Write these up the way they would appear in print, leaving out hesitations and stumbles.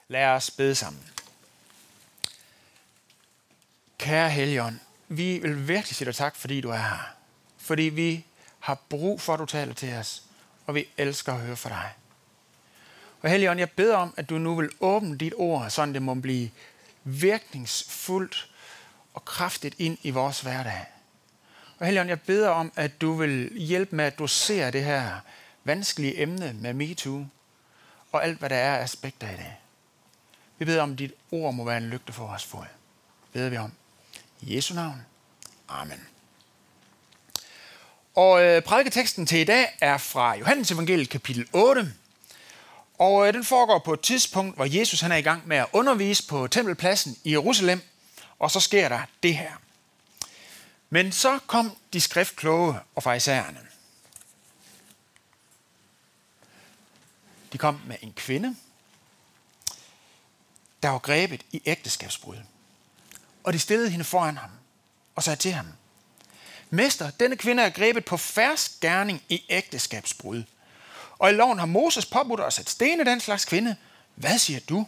Lad os bede sammen. Kære Helligånd, vi vil virkelig sige dig tak, fordi du er her. Fordi vi har brug for, at du taler til os, og vi elsker at høre fra dig. Og Helligånd, jeg beder om, at du nu vil åbne dit ord, så det må blive virkningsfuldt og kraftigt ind i vores hverdag. Og Helligånd, jeg beder om, at du vil hjælpe med at dosere det her vanskelige emne med MeToo, og alt, hvad der er aspekter i det. Vi beder om, at dit ord må være en lygte for os fod. Beder vi om. I Jesu navn. Amen. Og prædiketeksten til i dag er fra Johannes evangeliet kapitel 8. Og den foregår på et tidspunkt, hvor Jesus han er i gang med at undervise på tempelpladsen i Jerusalem. Og så sker der det her. Men så kom de skriftkloge og farisæerne. De kom med en kvinde, der var grebet i ægteskabsbrud. Og de stillede hende foran ham og sagde til ham: Mester, denne kvinde er grebet på fersk gerning i ægteskabsbrud. Og i loven har Moses påbudt os at stene den slags kvinde. Hvad siger du?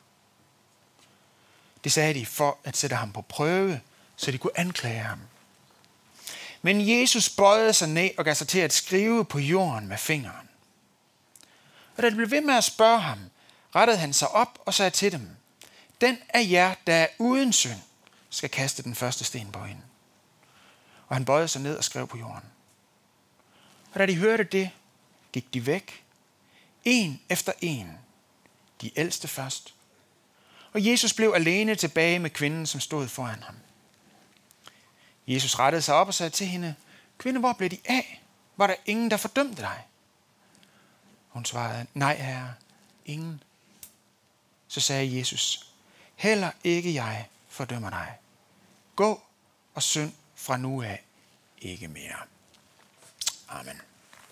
Det sagde de for at sætte ham på prøve, så de kunne anklage ham. Men Jesus bøjede sig ned og gav sig til at skrive på jorden med fingeren. Og da de blev ved med at spørge ham, rettede han sig op og sagde til dem: Den af jer, der er uden synd, skal kaste den første sten på hende. Og han bøjede sig ned og skrev på jorden. Og da de hørte det, gik de væk, en efter en, de ældste først. Og Jesus blev alene tilbage med kvinden, som stod foran ham. Jesus rettede sig op og sagde til hende: Kvinde, hvor blev de af? Var der ingen, der fordømte dig? Hun svarede: Nej, herre, ingen. Så sagde Jesus: Heller ikke jeg fordømmer dig. Gå og synd fra nu af ikke mere. Amen.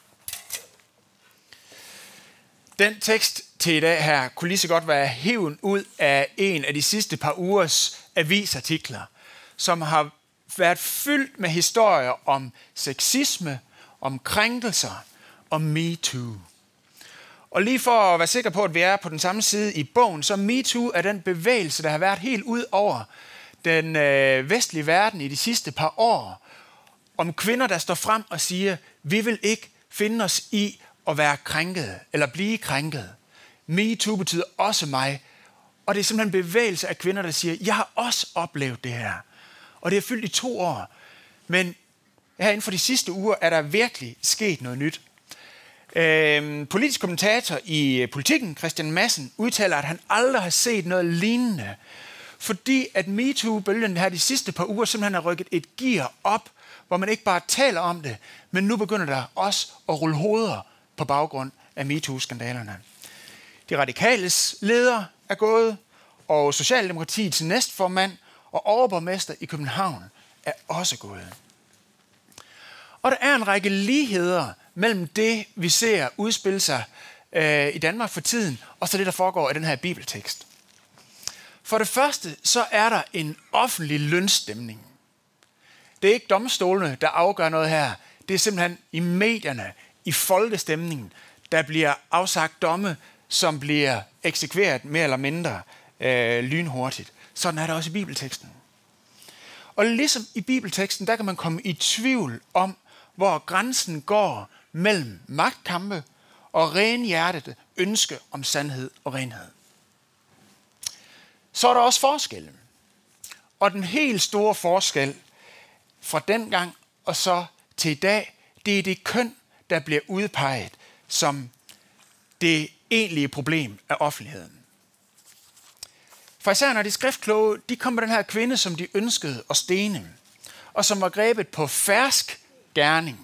Den tekst til i dag her kunne lige så godt være hevet ud af en af de sidste par ugers avisartikler, som har været fyldt med historier om sexisme, om krænkelser, om MeToo. Og lige for at være sikker på, at vi er på den samme side i bogen, så MeToo er den bevægelse, der har været helt ud over den vestlige verden i de sidste par år, om kvinder, der står frem og siger: Vi vil ikke finde os i at være krænket eller blive krænket. MeToo betyder også mig. Og det er simpelthen en bevægelse af kvinder, der siger: Jeg har også oplevet det her. Og det er fyldt i 2 år. Men her inden for de sidste uger er der virkelig sket noget nyt. Politisk kommentator i Politiken, Christian Madsen, udtaler, at han aldrig har set noget lignende. Fordi at MeToo-bølgen her de sidste par uger simpelthen har rykket et gear op, hvor man ikke bare taler om det, men nu begynder der også at rulle hoveder på baggrund af MeToo-skandalerne. De radikales leder er gået, og Socialdemokratiets næstformand og overborgmester i København er også gået. Og der er en række ligheder mellem det, vi ser udspille sig i Danmark for tiden, og så det, der foregår i den her bibeltekst. For det første, så er der en offentlig lønstemning. Det er ikke domstolene, der afgør noget her. Det er simpelthen i medierne, i folkestemningen, der bliver afsagt domme, som bliver eksekveret mere eller mindre lynhurtigt. Sådan er det også i bibelteksten. Og ligesom i bibelteksten, der kan man komme i tvivl om, hvor grænsen går mellem magtkampe og renhjertet ønske om sandhed og renhed. Så er der også forskelle. Og den helt store forskel fra dengang og så til i dag, det er det køn, der bliver udpeget som det egentlige problem af offentligheden. Farisæerne og de skriftkloge, de kom med den her kvinde, som de ønskede at stene, og som var grebet på fersk gerning.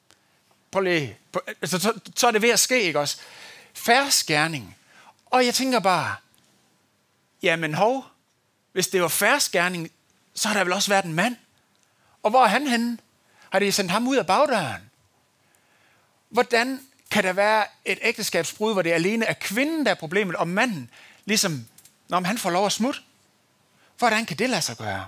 Så er det ved at ske, ikke også? Fersk gerning. Og jeg tænker bare, jamen hvis det var fersk gerning, så har der vel også været en mand. Og hvor er han henne? Har de sendt ham ud af bagdøren? Hvordan kan der være et ægteskabsbrud, hvor det alene er kvinden, der er problemet, og manden ligesom, når han får lov at smutte? Hvordan kan det lade sig gøre?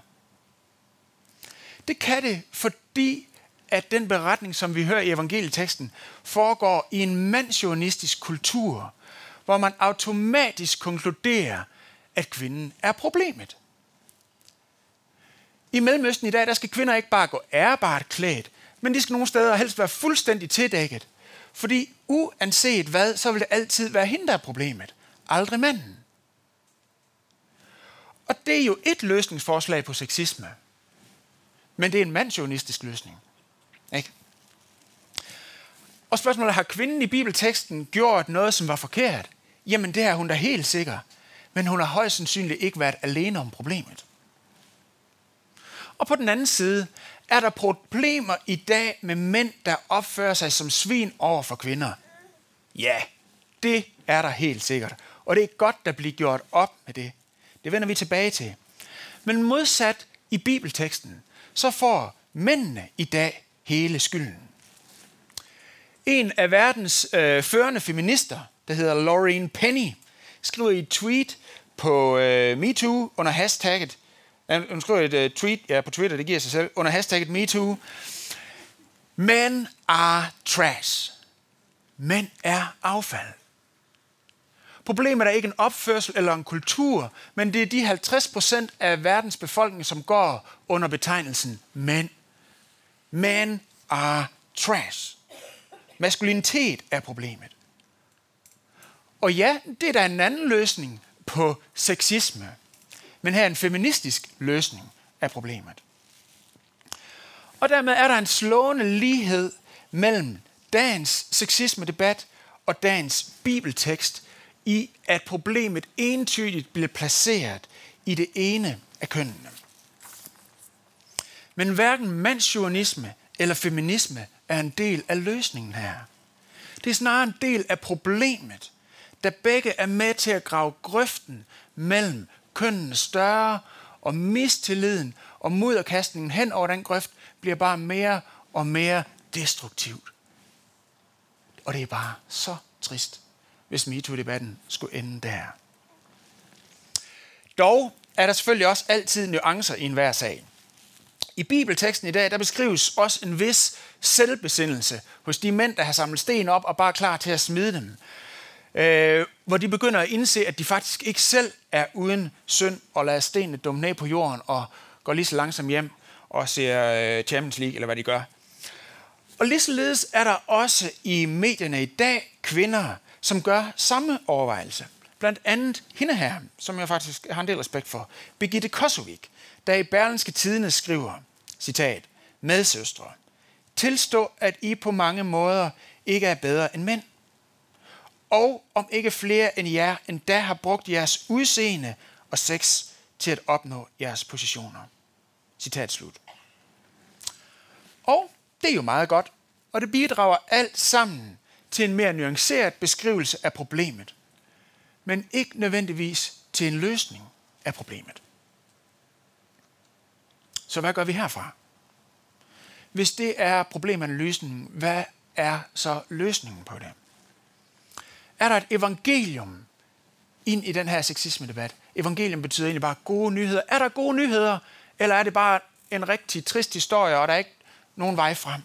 Det kan det, fordi at den beretning, som vi hører i evangelieteksten, foregår i en mandsjournalistisk kultur, hvor man automatisk konkluderer, at kvinden er problemet. I Mellemøsten i dag, der skal kvinder ikke bare gå ærbart klædt, men de skal nogle steder helst være fuldstændig tildækket. Fordi uanset hvad, så vil det altid være hende, der er problemet. Aldrig manden. Og det er jo et løsningsforslag på sexisme. Men det er en mandsjournalistisk løsning. Ikke? Og spørgsmålet er, har kvinden i bibelteksten gjort noget, som var forkert? Jamen det er hun da helt sikker. Men hun har højst sandsynligt ikke været alene om problemet. Og på den anden side, er der problemer i dag med mænd, der opfører sig som svin over for kvinder? Ja, det er der helt sikkert. Og det er godt, der bliver gjort op med det. Det vender vi tilbage til. Men modsat i bibelteksten, så får mændene i dag hele skylden. En af verdens førende feminister, der hedder Lauren Penny, skriver i et tweet på MeToo under hashtagget, hun skriver et tweet på Twitter, det giver sig selv, under hashtagget MeToo. Men are trash. Mænd er affald. Problemet er ikke en opførsel eller en kultur, men det er de 50% af verdens befolkning, som går under betegnelsen mænd. Men are trash. Maskulinitet er problemet. Og ja, det er da en anden løsning på sexisme. Men her er en feministisk løsning af problemet. Og dermed er der en slående lighed mellem dagens sexisme-debat og dagens bibeltekst i, at problemet entydigt bliver placeret i det ene af kønnene. Men hverken mandsjournalisme eller feminisme er en del af løsningen her. Det er snarere en del af problemet, da begge er med til at grave grøften mellem kønnene større, og mistilliden og mudderkastningen hen over den grøft bliver bare mere og mere destruktivt. Og det er bare så trist, hvis MeToo-debatten skulle ende der. Dog er der selvfølgelig også altid nuancer i enhver sag. I bibelteksten i dag, der beskrives også en vis selvbesindelse hos de mænd, der har samlet sten op og bare er klar til at smide dem. Hvor de begynder at indse, at de faktisk ikke selv er uden synd og lader stenene dumme ned på jorden og går lige så langsomt hjem og ser Champions League, eller hvad de gør. Og ligesåledes er der også i medierne i dag kvinder, som gør samme overvejelse. Blandt andet hende her, som jeg faktisk har en del respekt for, Birgitte Kosovic, der i Berlingske Tidende skriver, citat, medsøstre, tilstå, at I på mange måder ikke er bedre end mænd, og om ikke flere end jer endda har brugt jeres udseende og sex til at opnå jeres positioner. Citat slut. Og det er jo meget godt, og det bidrager alt sammen til en mere nuanceret beskrivelse af problemet, men ikke nødvendigvis til en løsning af problemet. Så hvad gør vi herfra? Hvis det er problemanalysen, hvad er så løsningen på det? Er der et evangelium ind i den her sexisme-debat? Evangelium betyder egentlig bare gode nyheder. Er der gode nyheder, eller er det bare en rigtig trist historie, og der er ikke nogen vej frem?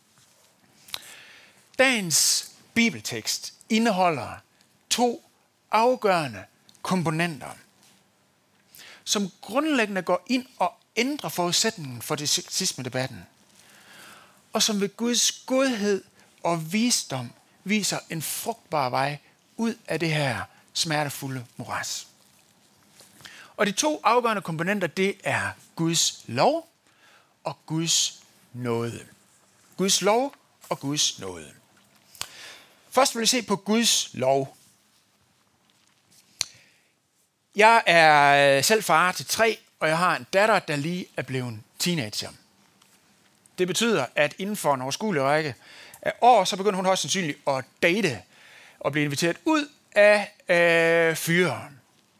Dagens bibeltekst indeholder 2 afgørende komponenter, som grundlæggende går ind og ændrer forudsætningen for det sexisme-debatten, og som ved Guds godhed og visdom viser en frugtbar vej ud af det her smertefulde moras. Og de 2 afgørende komponenter, det er Guds lov og Guds nåde. Guds lov og Guds nåde. Først vil jeg se på Guds lov. Jeg er selv far til 3, og jeg har en datter, der lige er blevet teenager. Det betyder, at inden for en overskuelig række af år, så begynder hun højst sandsynligt at date og blive inviteret ud af fyre.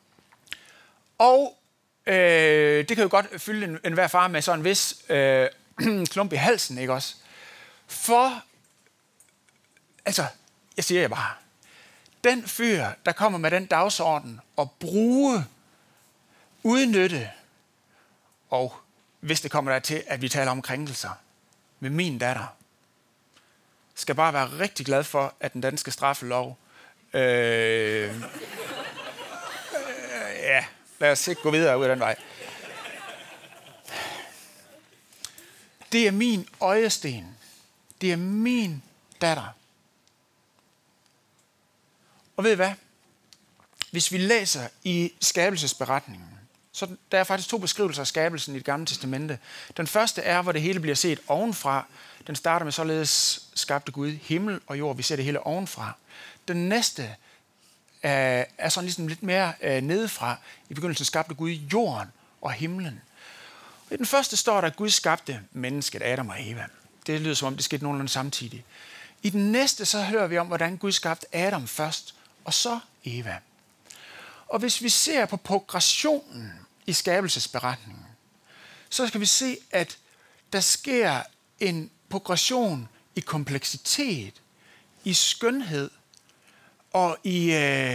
Og det kan jo godt fylde enhver far med sådan en vis klump i halsen, ikke også? For, altså, jeg siger jeg bare, den fyr, der kommer med den dagsorden og bruge, udnytte, og hvis det kommer der til, at vi taler om krænkelser med min datter, skal bare være rigtig glad for, at den danske straffelov Ja, lad os ikke gå videre ud af den vej. Det er min øjesten. Det er min datter. Og ved I hvad? Hvis vi læser i skabelsesberetningen, så der er faktisk 2 beskrivelser af skabelsen i Det Gamle Testamente. Den første er, hvor det hele bliver set ovenfra. Den starter med således skabte Gud himmel og jord. Vi ser det hele ovenfra. Den næste er sådan ligesom lidt mere nedefra. I begyndelsen skabte Gud jorden og himlen. Og i den første står der, at Gud skabte mennesket, Adam og Eva. Det lyder som om, det skete nogenlunde samtidig. I den næste så hører vi om, hvordan Gud skabte Adam først, og så Eva. Og hvis vi ser på progressionen i skabelsesberetningen, så skal vi se, at der sker en progression i kompleksitet, i skønhed og i...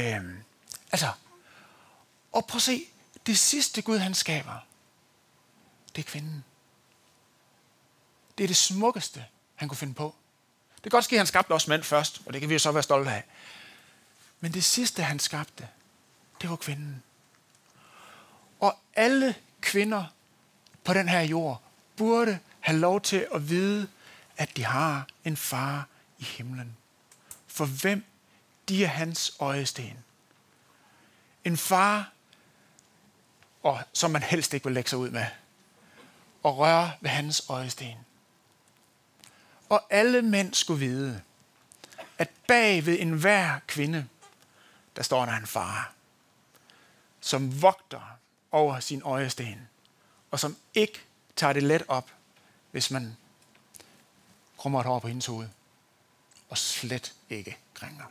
og prøv at se, det sidste Gud han skaber, det er kvinden. Det er det smukkeste, han kunne finde på. Det kan godt ske, at han skabte også mænd først, og det kan vi jo så være stolte af. Men det sidste, han skabte, det var kvinden. Og alle kvinder på den her jord burde have lov til at vide, at de har en far i himlen. For hvem? De er hans øjesten. En far, og som man helst ikke vil lægge sig ud med, og røre ved hans øjesten. Og alle mænd skulle vide, at bag ved enhver kvinde, der står der en far, som vogter over sin øjesten, og som ikke tager det let op, hvis man krummer et hår på hendes hoved, og slet ikke grænger.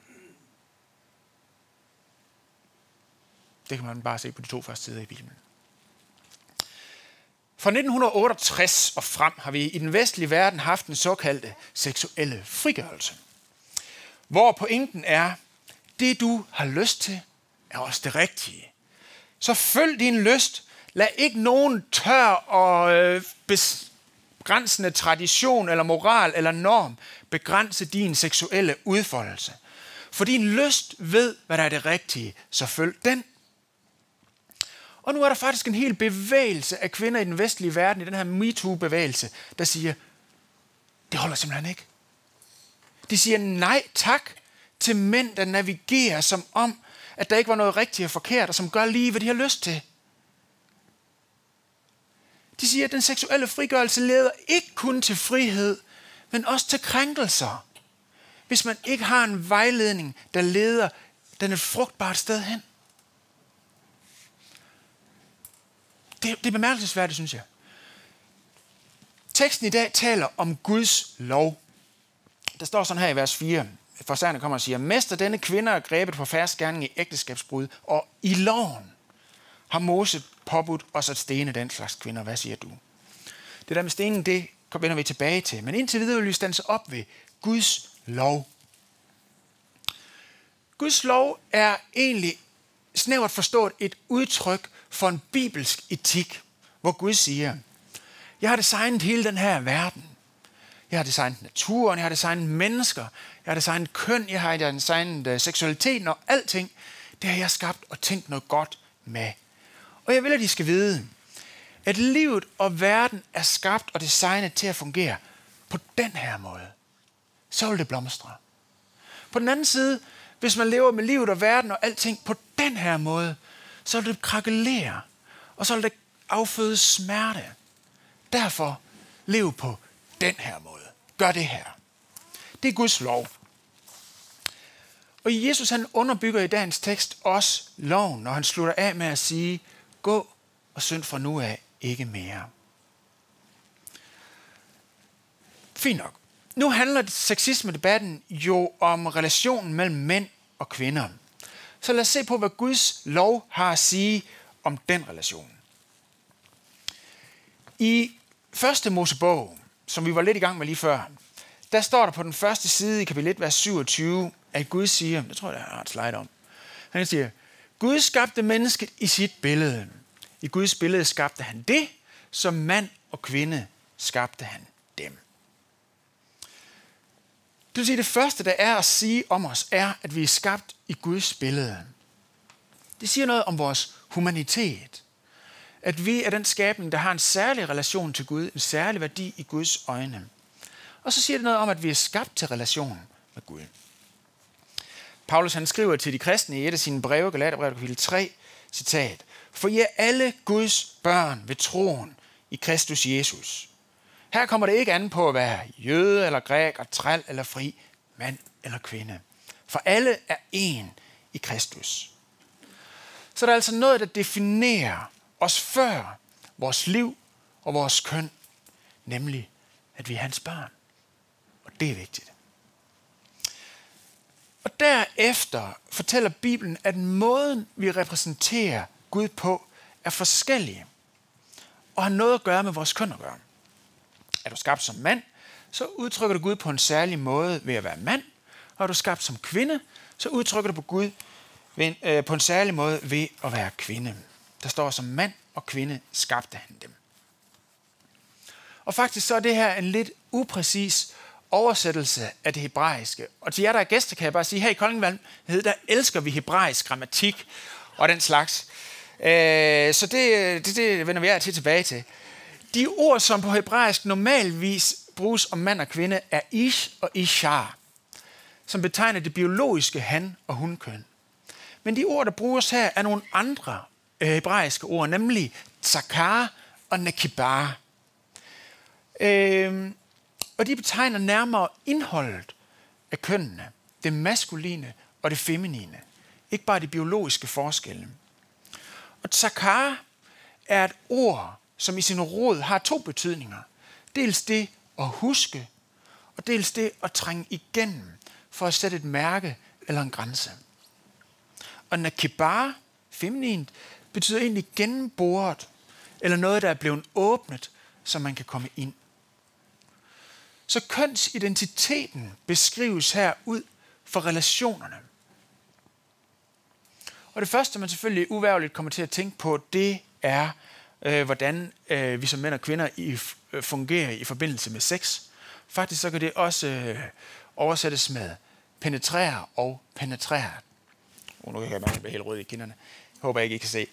Det kan man bare se på de 2 første sider i Bibelen. Fra 1968 og frem har vi i den vestlige verden haft den såkaldte seksuelle frigørelse, hvor pointen er, det du har lyst til, er også det rigtige. Så følg din lyst. Lad ikke nogen tør og begrænsende tradition eller moral eller norm begrænse din seksuelle udfoldelse. For din lyst ved, hvad der er det rigtige, så følg den. Og nu er der faktisk en hel bevægelse af kvinder i den vestlige verden, i den her MeToo-bevægelse, der siger, det holder simpelthen ikke. De siger nej tak til mænd, der navigerer som om, at der ikke var noget rigtigt og forkert, og som gør lige, hvad de har lyst til. De siger, at den seksuelle frigørelse leder ikke kun til frihed, men også til krænkelser. Hvis man ikke har en vejledning, der leder den et frugtbart sted hen. Det er bemærkelsesværdigt, synes jeg. Teksten i dag taler om Guds lov. Der står sådan her i vers 4. Forsagerne kommer og siger, mester denne kvinde er grebet på færds gerning i ægteskabsbrud, og i loven har Mose påbudt os at stene den slags kvinder. Hvad siger du? Det der med stenen, det vender vi tilbage til. Men indtil videre vil vi standse op ved Guds lov. Guds lov er egentlig snævert forstået et udtryk for en bibelsk etik, hvor Gud siger, jeg har designet hele den her verden. Jeg har designet naturen, jeg har designet mennesker, jeg har designet køn, jeg har designet seksualiteten og alting. Det har jeg skabt og tænkt noget godt med. Og jeg vil, at de skal vide, at livet og verden er skabt og designet til at fungere på den her måde. Så vil det blomstre. På den anden side, hvis man lever med livet og verden og alting på den her måde, så vil det krakelere, og så vil det afføde smerte. Derfor lev på den her måde. Gør det her. Det er Guds lov. Og Jesus han underbygger i dagens tekst også loven, når han slutter af med at sige, gå og synd fra nu af ikke mere. Fint nok. Nu handler sexisme-debatten jo om relationen mellem mænd og kvinder. Så lad os se på, hvad Guds lov har at sige om den relation. I 1. Mosebog, som vi var lidt i gang med lige før, der står der på den første side i kapitel 1, vers 27, at Gud siger, det tror jeg, der er et slide om, han siger, Gud skabte mennesket i sit billede. I Guds billede skabte han det, som mand og kvinde skabte han dem. Det vil sige, det første, der er at sige om os, er, at vi er skabt i Guds billede. Det siger noget om vores humanitet. At vi er den skabning, der har en særlig relation til Gud, en særlig værdi i Guds øjne. Og så siger det noget om, at vi er skabt til relation med Gud. Paulus han skriver til de kristne i et af sine breve, Galaterbrevet kapitel 3, citat: For I er alle Guds børn ved troen i Kristus Jesus. Her kommer det ikke an på at være jøde eller græker, træl eller fri, mand eller kvinde. For alle er én i Kristus. Så der er altså noget, der definerer os før vores liv og vores køn, nemlig at vi er hans børn. Og det er vigtigt. Og derefter fortæller Bibelen, at måden vi repræsenterer Gud på er forskellige og har noget at gøre med vores køn at gøre. Er du skabt som mand, så udtrykker du Gud på en særlig måde ved at være mand. Og er du skabt som kvinde, så udtrykker du på Gud på en særlig måde ved at være kvinde. Der står som mand og kvinde skabte han dem. Og faktisk så er det her en lidt upræcis oversættelse af det hebraiske. Og til jer, der er gæster, kan jeg bare sige, her i Koldingvald, der elsker vi hebraisk grammatik og den slags. Så det vender vi af til tilbage til. De ord, som på hebraisk normalvis bruges om mand og kvinde, er ish og ishar, som betegner det biologiske han- og hunkøn. Men de ord, der bruges her, er nogle andre hebraiske ord, nemlig tzakar og nekibar. Og de betegner nærmere indholdet af kønnene, det maskuline og det feminine. Ikke bare de biologiske forskelle. Og tzakar er et ord, som i sin rod har to betydninger. Dels det at huske, og dels det at trænge igennem for at sætte et mærke eller en grænse. Og nakibar, feminint, betyder egentlig gennemboret, eller noget, der er blevet åbnet, så man kan komme ind. Så kønsidentiteten beskrives her ud for relationerne. Og det første, man selvfølgelig uværligt kommer til at tænke på, det er, hvordan vi som mænd og kvinder fungerer i forbindelse med sex. Faktisk så kan det også oversættes med penetrere og penetreret. Nu kan jeg blive helt rød i kinderne. Jeg håber ikke, I kan se.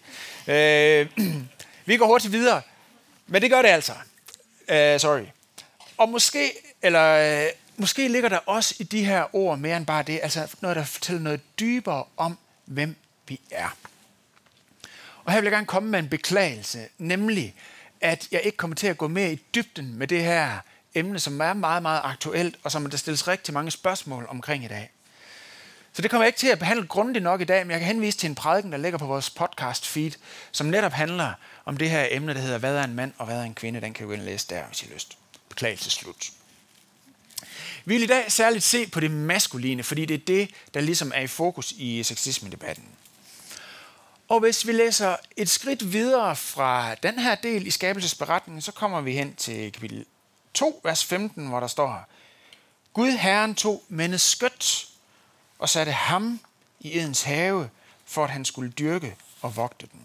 Vi går hurtigt videre, men det gør det altså. Sorry. Og måske ligger der også i de her ord mere end bare det, altså noget, der fortæller noget dybere om, hvem vi er. Og her vil jeg gerne komme med en beklagelse, nemlig at jeg ikke kommer til at gå mere i dybden med det her emne, som er meget, meget aktuelt, og som der stilles rigtig mange spørgsmål omkring i dag. Så det kommer jeg ikke til at behandle grundigt nok i dag, men jeg kan henvise til en prædiken, der ligger på vores podcast feed, som netop handler om det her emne, der hedder, hvad er en mand og hvad er en kvinde? Den kan du gå ind og læse der, hvis I har lyst. Beklagelse slut. Vi vil i dag særligt se på det maskuline, fordi det er det, der ligesom er i fokus i sexisme-debatten. Og hvis vi læser et skridt videre fra den her del i skabelsesberetningen, så kommer vi hen til kapitel 2, vers 15, hvor der står: Gud Herren tog mennesket og satte ham i Edens have, for at han skulle dyrke og vogte den.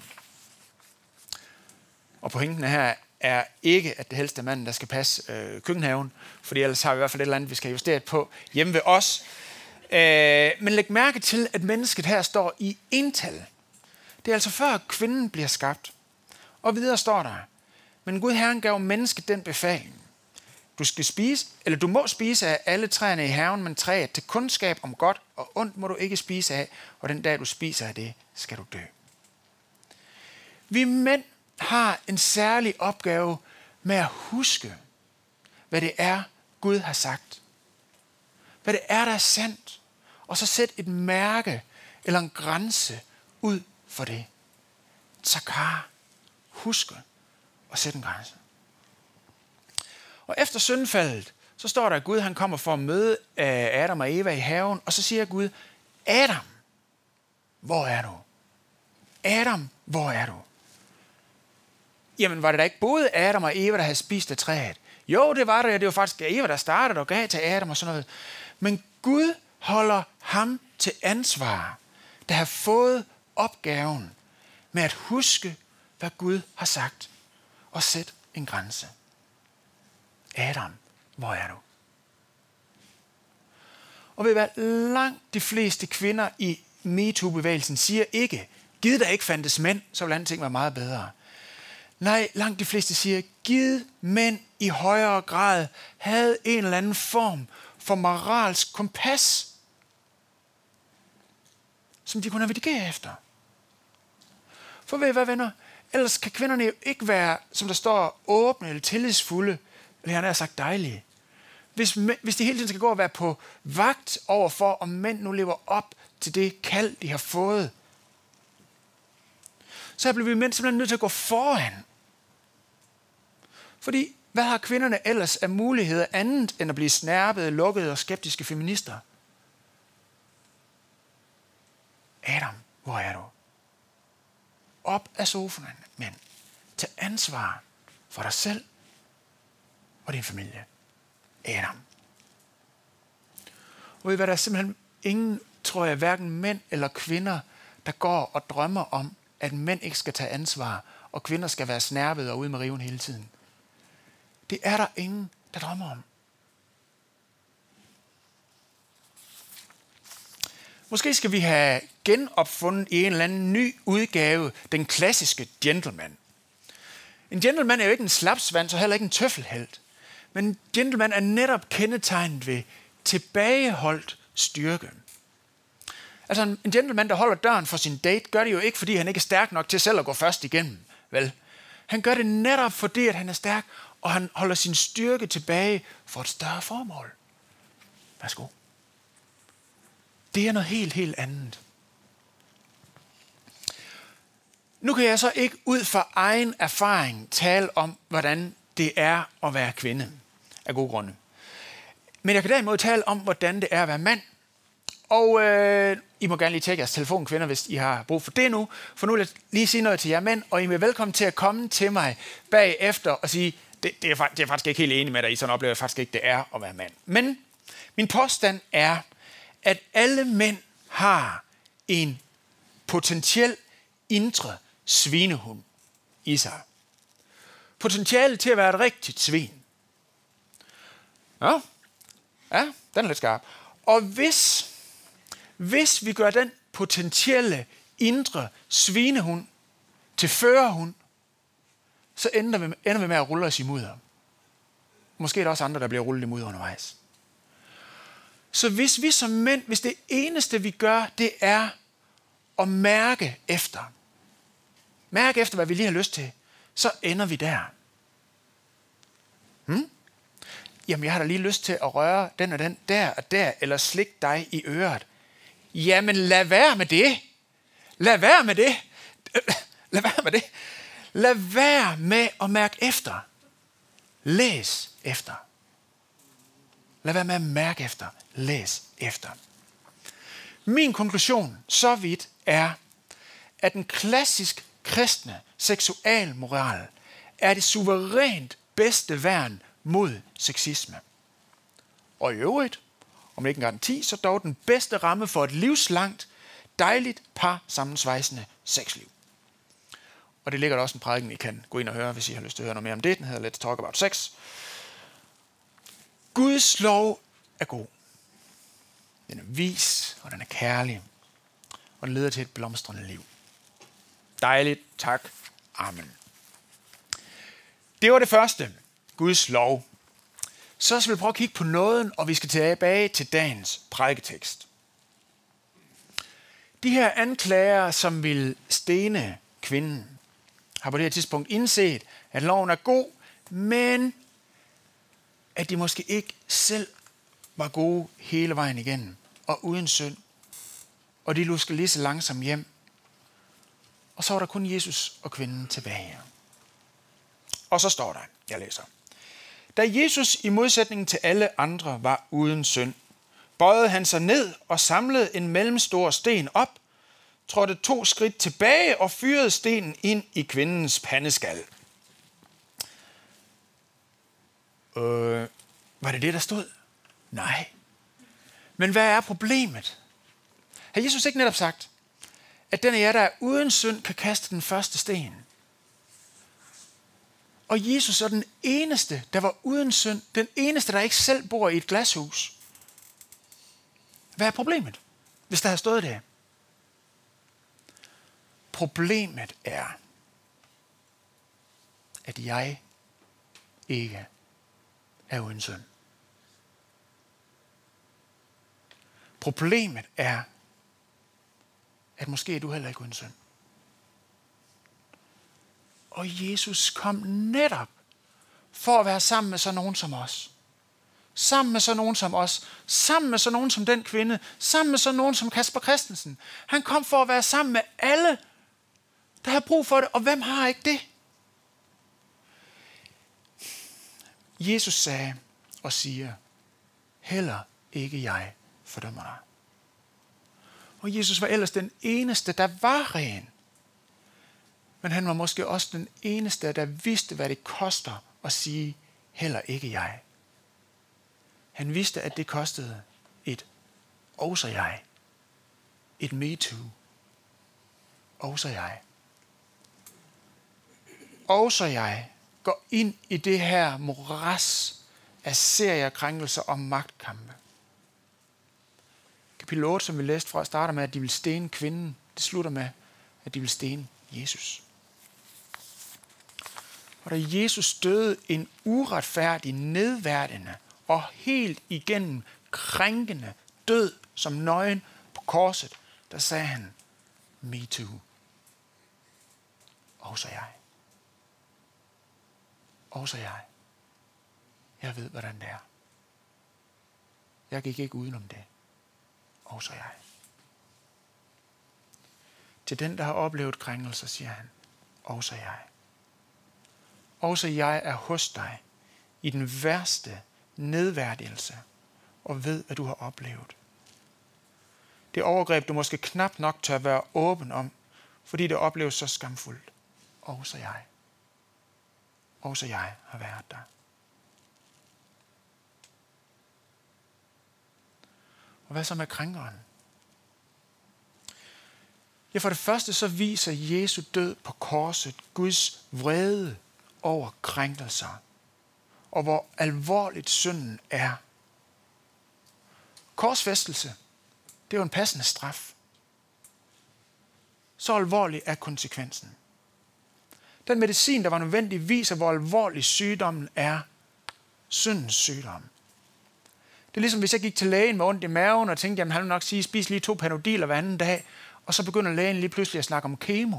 Og pointen her er ikke, at det helst er manden, der skal passe køkkenhaven, fordi ellers har vi i hvert fald et eller andet, vi skal justere på hjemme ved os. Men læg mærke til, at mennesket her står i ental. Det er altså før kvinden bliver skabt. Og videre står der: Men Gud Herren gav mennesket den befaling: Du må spise af alle træerne i haven, men træet til kundskab om godt og ondt må du ikke spise af, og den dag du spiser af det, skal du dø. Vi mænd har en særlig opgave med at huske, hvad det er, Gud har sagt. Hvad det er, der er sandt. Og så sæt et mærke eller en grænse ud for det. Tzakar. Huske og sæt en grænse. Og efter syndfaldet, så står der, at Gud han kommer for at møde Adam og Eva i haven, og så siger Gud: Adam, hvor er du? Adam, hvor er du? Jamen, var det da ikke både Adam og Eva, der havde spist af træet? Jo, det var det. Det var faktisk Eva, der startede og gav til Adam og sådan noget. Men Gud holder ham til ansvar, der har fået opgaven med at huske, hvad Gud har sagt, og sætte en grænse. Adam, hvor er du? Og ved I hvad? Langt de fleste kvinder i MeToo-bevægelsen siger ikke, givet der ikke fandtes mænd, så ville andre ting være meget bedre. Nej, langt de fleste siger, givet mænd i højere grad havde en eller anden form for moralsk kompas, som de kunne navigere efter. For ved I hvad, venner? Ellers kan kvinderne jo ikke være, som der står, åbne eller tillidsfulde, eller han er sagt dejlige. Hvis de hele tiden skal gå og være på vagt over for, om mænd nu lever op til det kald, de har fået, så bliver vi mænd simpelthen nødt til at gå foran. Fordi, hvad har kvinderne ellers af muligheder andet end at blive snærpede, lukkede og skeptiske feminister? Adam, hvor er du? Op af sofaen, men tag ansvar for dig selv og din familie. Adam. Og ved I hvad, der er simpelthen ingen, tror jeg, hverken mænd eller kvinder, der går og drømmer om, at mænd ikke skal tage ansvar, og kvinder skal være snærpede og ude med riven hele tiden. Det er der ingen, der drømmer om. Måske skal vi have genopfundet i en eller anden ny udgave den klassiske gentleman. En gentleman er jo ikke en slapsvans og heller ikke en tøffelhelt. Men en gentleman er netop kendetegnet ved tilbageholdt styrke. Altså en gentleman, der holder døren for sin date, gør det jo ikke, fordi han ikke er stærk nok til selv at gå først igennem. Vel? Han gør det netop fordi, at han er stærk, og han holder sin styrke tilbage for et større formål. Værsgo. Det er noget helt andet. Nu kan jeg så ikke ud fra egen erfaring tale om, hvordan det er at være kvinde, af gode grunde. Men jeg kan derimod tale om, hvordan det er at være mand. Og I må gerne lige tjekke jeres telefon, kvinder, hvis I har brug for det nu. For nu vil jeg lige sige noget til jer mænd, og I er velkommen til at komme til mig bagefter og sige, det er jeg faktisk ikke helt enig med dig i, sådan oplever jeg faktisk ikke, det er at være mand. Men min påstand er, at alle mænd har en potentiel indre svinehund i sig. Potentiale til at være et rigtigt svin. Ja, den er lidt skarp. Og hvis vi gør den potentielle indre svinehund til førerhund, så ender vi med at rulle os i mudder. Måske er der også andre, der bliver rullet i mudder undervejs. Så hvis vi som mænd, hvis det eneste vi gør, det er at mærke efter, hvad vi lige har lyst til, så ender vi der. Jamen, jeg har da lige lyst til at røre den og den der og der, eller slikke dig i øret. Jamen, lad være med det. Lad være med det. Lad være med at mærke efter. Læs efter. Lad være med at mærke efter. Læs efter. Min konklusion så vidt er, at den klassisk kristne seksualmoral er det suverænt bedste værn mod sexisme. Og i øvrigt, om ikke en garanti, så dog den bedste ramme for et livslangt, dejligt, par sammensvejsende sexliv. Og det ligger der også en prædiken, I kan gå ind og høre, hvis I har lyst til at høre noget mere om det. Den hedder Let's Talk About Sex. Guds lov er god. Den er vis, og den er kærlig. Og den leder til et blomstrende liv. Dejligt, tak. Amen. Det var det første. Guds lov. Så skal vi prøve at kigge på nåden, og vi skal tilbage til dagens prædiketekst. De her anklagere, som vil stene kvinden, har på det her tidspunkt indset, at loven er god, men at de måske ikke selv var gode hele vejen igennem, og uden synd. Og de luskede lige så langsomt hjem. Og så var der kun Jesus og kvinden tilbage. Og så står der, jeg læser. Da Jesus i modsætning til alle andre var uden synd, bøjede han sig ned og samlede en mellemstor sten op, trådte 2 skridt tilbage og fyrede stenen ind i kvindens pandeskal. Var det det, der stod? Nej. Men hvad er problemet? Har Jesus ikke netop sagt, at den af jer, der er uden synd, kan kaste den første sten? Og Jesus er den eneste, der var uden synd. Den eneste, der ikke selv bor i et glashus. Hvad er problemet, hvis der har stået der? Problemet er, at jeg ikke er uden synd. Problemet er, at måske er du heller ikke uden synd. Og Jesus kom netop for at være sammen med sådan nogen som os. Sammen med sådan nogen som os. Sammen med sådan nogen som den kvinde. Sammen med sådan nogen som Kasper Christensen. Han kom for at være sammen med alle, der har brug for det. Og hvem har ikke det? Jesus sagde og siger, heller ikke jeg fordømmer dig. Og Jesus var ellers den eneste, der var ren. Men han var måske også den eneste, der vidste, hvad det koster at sige, heller ikke jeg. Han vidste, at det kostede et også jeg. Et me too. Også jeg. Også jeg går ind i det her moras af seriekrænkelser og magtkampe. Kapitel 8, som vi læste fra, starter med, at de vil stene kvinden. Det slutter med, at de vil stene Jesus. Og da Jesus døde en uretfærdig, nedværdigende og helt igennem krænkende død som nøgen på korset, der sagde han, me too. Også jeg. Også jeg. Jeg ved, hvordan det er. Jeg gik ikke udenom det. Også jeg. Til den, der har oplevet krænkelser, siger han, også jeg. Også jeg er hos dig i den værste nedværdigelse og ved, hvad du har oplevet. Det overgreb, du måske knap nok tør være åben om, fordi det opleves så skamfuldt. Også jeg. Også jeg har været der. Og hvad så med krænkeren? Ja, for det første så viser Jesu død på korset Guds vrede over krænkelser, og hvor alvorligt synden er. Korsfæstelse, det er jo en passende straf. Så alvorlig er konsekvensen. Den medicin, der var nødvendig, viser, hvor alvorlig sygdommen er. Syndens sygdom. Det er ligesom, hvis jeg gik til lægen med ondt i maven, og tænkte, jamen han vil nok sige, spis lige 2 Panodiler hver anden dag, og så begynder lægen lige pludselig at snakke om kemo.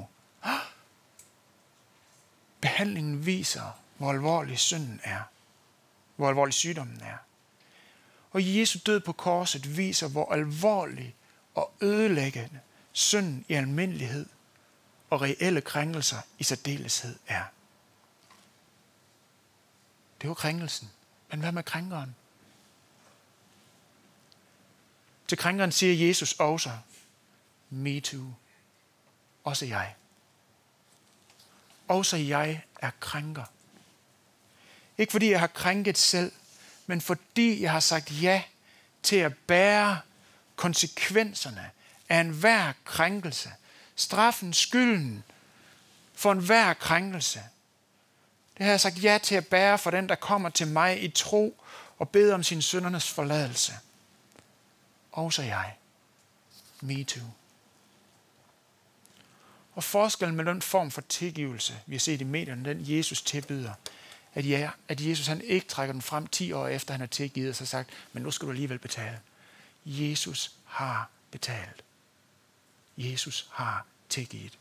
Behandlingen viser, hvor alvorlig synden er. Hvor alvorlig sygdommen er. Og Jesu død på korset viser, hvor alvorlig og ødelæggende synden i almindelighed og reelle krænkelser i særdeleshed er. Det var krænkelsen. Men hvad med krænkeren? Til krænkeren siger Jesus også, me too. Også jeg. Også jeg er krænker. Ikke fordi jeg har krænket selv, men fordi jeg har sagt ja til at bære konsekvenserne af enhver krænkelse. Straffen, skylden for enhver krænkelse. Det har jeg sagt ja til at bære for den, der kommer til mig i tro og beder om sin syndernes forladelse. Også jeg. Me too. Og forskellen med den form for tilgivelse, vi har set i medierne, den Jesus tilbyder, at Jesus han ikke trækker den frem 10 år efter, han har tilgivet og så sagt, men nu skal du alligevel betale. Jesus har betalt. Jesus har tilgivet.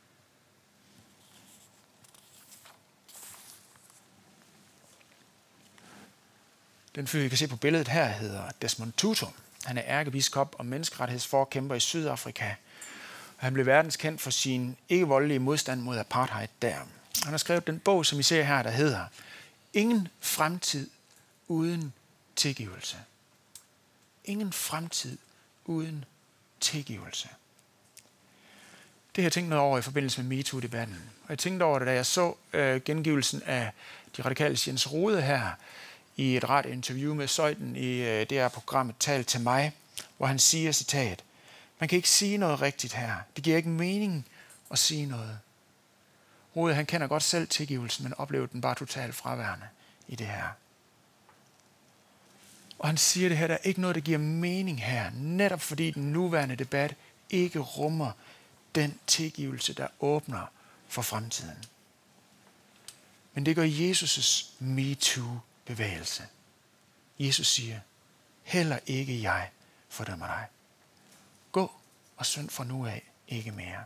Den fyr, vi kan se på billedet her, hedder Desmond Tutu. Han er ærkebiskop og menneskerettighedsforkæmper i Sydafrika. Han blev verdenskendt for sin ikke-voldelige modstand mod apartheid der. Han har skrevet den bog, som I ser her, der hedder Ingen fremtid uden tilgivelse. Ingen fremtid uden tilgivelse. Det har jeg tænkt noget over i forbindelse med MeToo-debatten. Og jeg tænkte over det, da jeg så gengivelsen af de radikale Jens Rohde her i et radiointerview med Zeuthen i det her programmet Tal til mig, hvor han siger, citat, man kan ikke sige noget rigtigt her. Det giver ikke mening at sige noget. Rohde, han kender godt selv tilgivelsen, men oplever den bare totalt fraværende i det her. Og han siger det her, der er ikke noget, der giver mening her, netop fordi den nuværende debat ikke rummer den tilgivelse, der åbner for fremtiden. Men det gør Jesus' MeToo-bevægelse. Jesus siger, heller ikke jeg fordømmer dig. Gå og synd fra nu af ikke mere.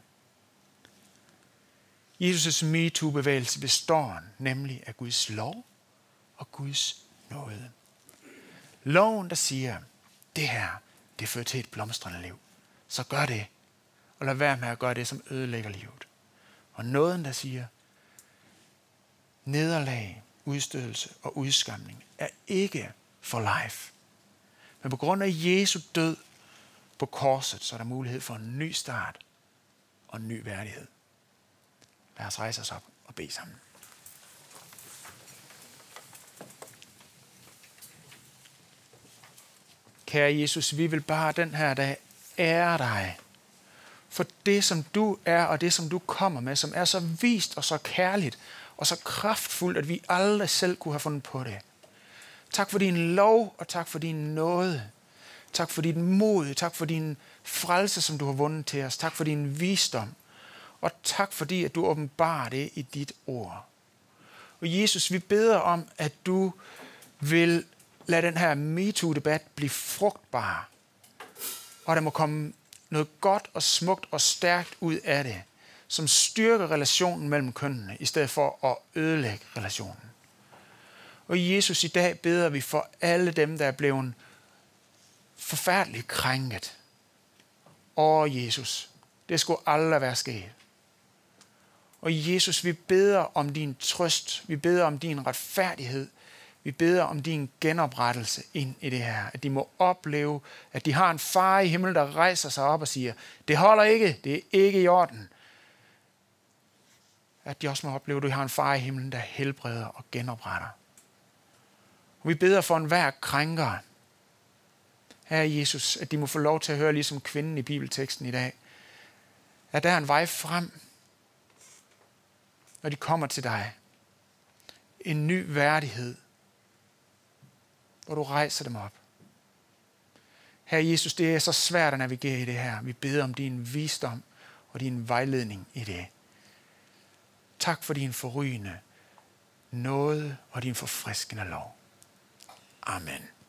Jesus' MeToo-bevægelse består nemlig af Guds lov og Guds nåde. Loven, der siger, det her, det fører til et blomstrende liv. Så gør det, og lad være med at gøre det, som ødelægger livet. Og nåden, der siger, nederlag, udstødelse og udskamning er ikke for life. Men på grund af Jesu død på korset, så er der mulighed for en ny start og en ny værdighed. Lad os rejse os op og bede sammen. Kære Jesus, vi vil bare den her dag ære dig for det, som du er, og det, som du kommer med, som er så vist og så kærligt og så kraftfuldt, at vi aldrig selv kunne have fundet på det. Tak for din lov, og tak for din nåde. Tak for din mod, tak for din frelse, som du har vundet til os. Tak for din visdom, og tak fordi, at du åbenbarer det i dit ord. Og Jesus, vi beder om, at du vil lade den her MeToo-debat blive frugtbar, og der må komme noget godt og smukt og stærkt ud af det, som styrker relationen mellem kønnene, i stedet for at ødelægge relationen. Og Jesus, i dag beder vi for alle dem, der er blevet forfærdeligt krænket. Jesus, det skulle aldrig være sket. Og Jesus, vi beder om din trøst, vi beder om din retfærdighed, vi beder om din genoprettelse ind i det her. At de må opleve, at de har en far i himlen, der rejser sig op og siger, det holder ikke, det er ikke i orden. At de også må opleve, at du har en far i himlen, der helbreder og genopretter. Og vi beder for enhver krænker, Herre Jesus, at de må få lov til at høre, ligesom kvinden i bibelteksten i dag, at der er en vej frem, når de kommer til dig. En ny værdighed, hvor du rejser dem op. Herre Jesus, det er så svært at navigere i det her. Vi beder om din visdom og din vejledning i det. Tak for din forrygende nåde og din forfriskende lov. Amen.